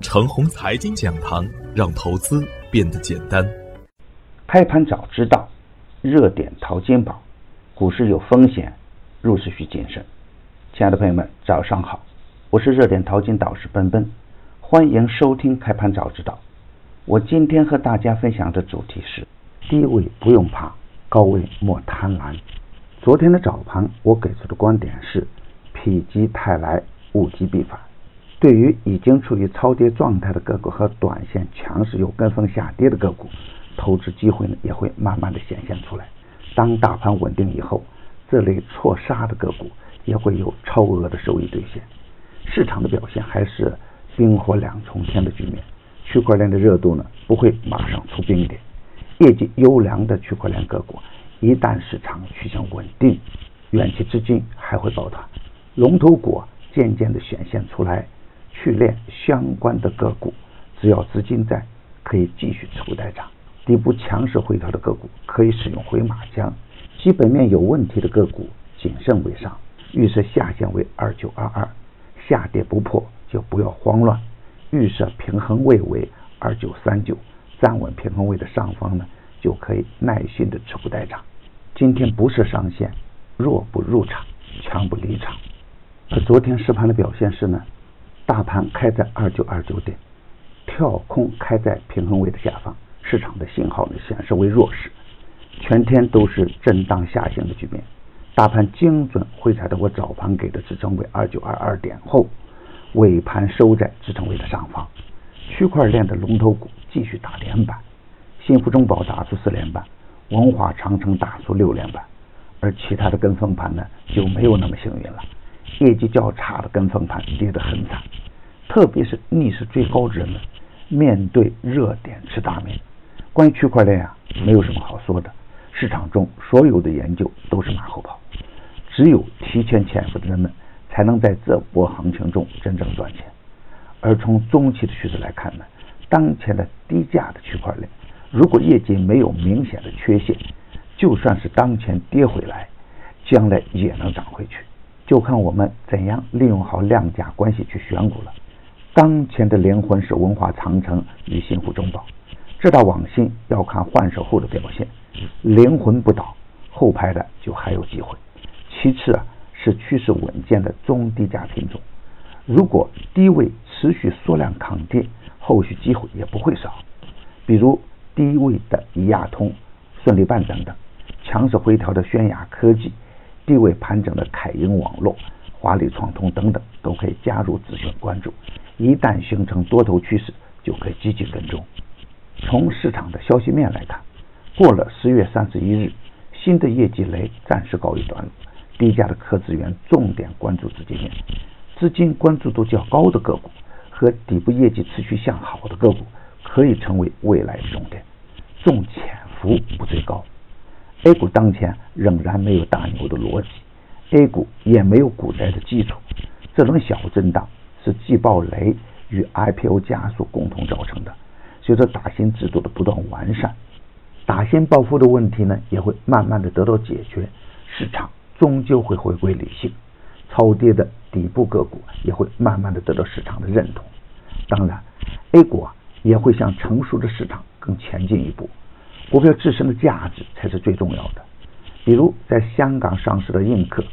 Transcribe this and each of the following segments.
程红财经讲堂，让投资变得简单。 开盘早知道，热点淘金宝，股市有风险，入市需谨慎。亲爱的朋友们，早上好，我是热点淘金导师奔奔，欢迎收听开盘早知道。我今天和大家分享的主题是：低位不用怕，高位莫贪婪。昨天的早盘，我给出的观点是：否极泰来，物极必反。对于已经处于超跌状态的个股和短线强势又跟风下跌的个股，投资机会呢也会慢慢的显现出来。当大盘稳定以后，这类错杀的个股也会有超额的收益兑现。市场的表现还是冰火两重天的局面，区块链的热度呢不会马上出冰点。业绩优良的区块链个股，一旦市场趋向稳定，远期资金还会抱团，龙头股渐渐的显现出来。去链相关的个股，只要资金在，可以继续持股待涨。底部强势回调的个股可以使用回马枪，基本面有问题的个股谨慎为上。预设下限为2922，下跌不破就不要慌乱。预设平衡位为2939，站稳平衡位的上方呢，就可以耐心的持股待涨。今天不设上限，弱不入场，强不离场。而昨天实盘的表现是呢，大盘开在2929点，跳空开在平衡位的下方，市场的信号呢显示为弱势，全天都是震荡下行的局面。大盘精准回踩到我早盘给的支撑位2922点后，尾盘收在支撑位的上方。区块链的龙头股继续打连板，新福中宝打出4连板，文化长城打出6连板，而其他的跟风盘呢就没有那么幸运了。业绩较差的跟风盘跌得很惨，特别是逆势追高的人们，面对热点吃大面。关于区块链没有什么好说的，市场中所有的研究都是马后炮，只有提前潜伏的人们才能在这波行情中真正赚钱。而从中期的趋势来看呢，当前的低价的区块链，如果业绩没有明显的缺陷，就算是当前跌回来，将来也能涨回去。就看我们怎样利用好量价关系去选股了。当前的灵魂是文化长城与新福中宝，这道网信要看换手后的表现，灵魂不倒，后排的就还有机会。其次是趋势稳健的中低价品种，如果低位持续缩量抗跌，后续机会也不会少。比如低位的宜亚通、顺利办等等，强势回调的宣雅科技，低位盘整的凯英网络、华丽创通等等，都可以加入自选关注。一旦形成多头趋势，就可以积极跟踪。从市场的消息面来看，过了10月31日，新的业绩雷暂时告一段落，低价的科资源重点关注资金面，资金关注度较高的个股和底部业绩持续向好的个股可以成为未来的重点，重潜伏不追高。A 股当前仍然没有大牛的逻辑， A 股也没有股灾的基础，这种小震荡是季报雷与 IPO 加速共同造成的。随着打新制度的不断完善，打新暴富的问题呢也会慢慢的得到解决，市场终究会回归理性，超跌的底部个股也会慢慢的得到市场的认同。当然 A 股也会向成熟的市场更前进一步，股票自身的价值才是最重要的。比如在香港上市的映客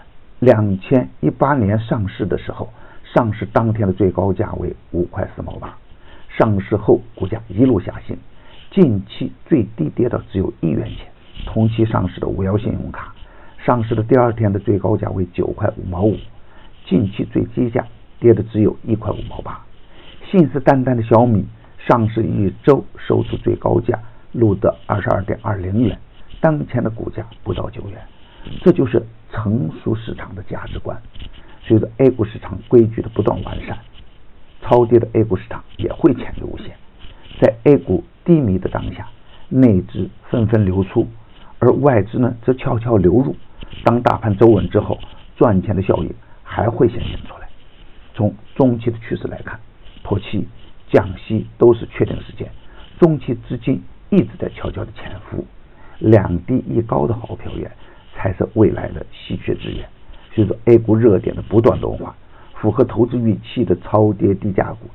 ，2018年上市的时候，上市当天的最高价为5块4毛8，上市后股价一路下行，近期最低跌到只有1元钱。同期上市的511信用卡，上市的第二天的最高价为9块5毛5，近期最低价跌的只有1块5毛8。信誓旦旦的小米，上市1周收出最高价录得22.20元，当前的股价不到9元。这就是成熟市场的价值观。随着 A 股市场规矩的不断完善，超跌的 A 股市场也会潜力无限。在 A 股低迷的当下，内资纷纷流出，而外资呢则悄悄流入。当大盘走稳之后，赚钱的效应还会显现出来。从中期的趋势来看，脱期、降息都是确定事件，中期资金一直在悄悄的潜伏，两低一高的好票源才是未来的稀缺资源。随着 A 股热点的不断钝化，符合投资预期的超跌低价股也会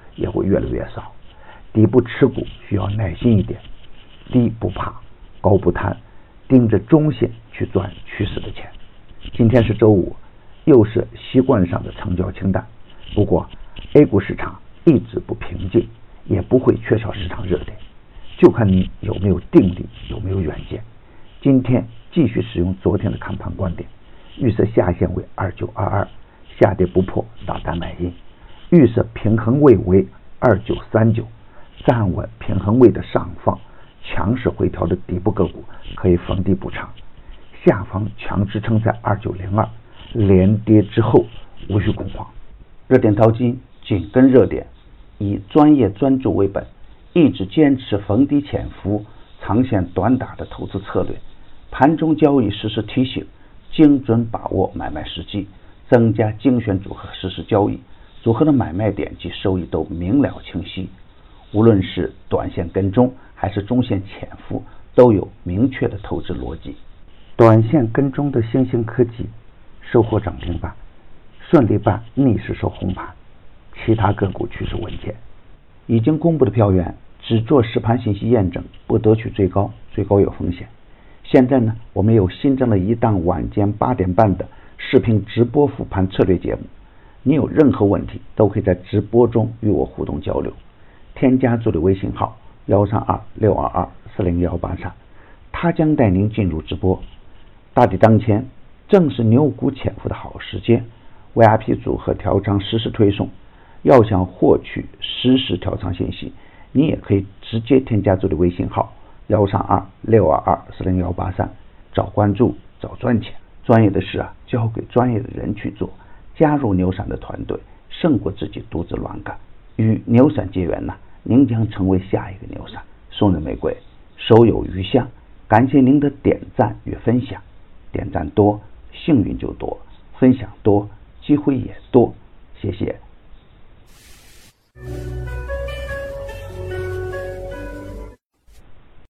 越来越少。底部持股需要耐心一点，低不怕，高不贪，盯着中线去赚趋势的钱。今天是周五，又是习惯上的成交清淡。不过 A 股市场一直不平静，也不会缺少市场热点，就看你有没有定力，有没有远见。今天继续使用昨天的看盘观点，预设下限为2922，下跌不破大胆买进，预设平衡位为2939，站稳平衡位的上方，强势回调的底部个股可以逢低补仓，下方强支撑在2902，连跌之后无需恐慌。热点淘金紧跟热点，以专业专注为本，一直坚持逢低潜伏、长线短打的投资策略。盘中交易实时提醒，精准把握买卖时机，增加精选组合实时交易，组合的买卖点及收益都明了清晰。无论是短线跟踪还是中线潜伏，都有明确的投资逻辑。短线跟踪的新兴科技收获涨停板，顺利办逆势收红盘，其他个股趋势稳健。已经公布的票源只做实盘信息验证，不得取最高，最高有风险。现在呢，我们有新增了一档晚间8点半的视频直播复盘策略节目，你有任何问题都可以在直播中与我互动交流。添加助理微信号13262240183，他将带您进入直播。大敌当前，正是牛股潜伏的好时间。VIP 组合调仓实时推送，要想获取实时调仓信息，你也可以直接添加助理微信号13262240183，找关注，找赚钱。专业的事交给专业的人去做，加入牛散的团队，胜过自己独自乱干。与牛散结缘您将成为下一个牛散。送人玫瑰，手有余香。感谢您的点赞与分享，点赞多，幸运就多；分享多，机会也多。谢谢。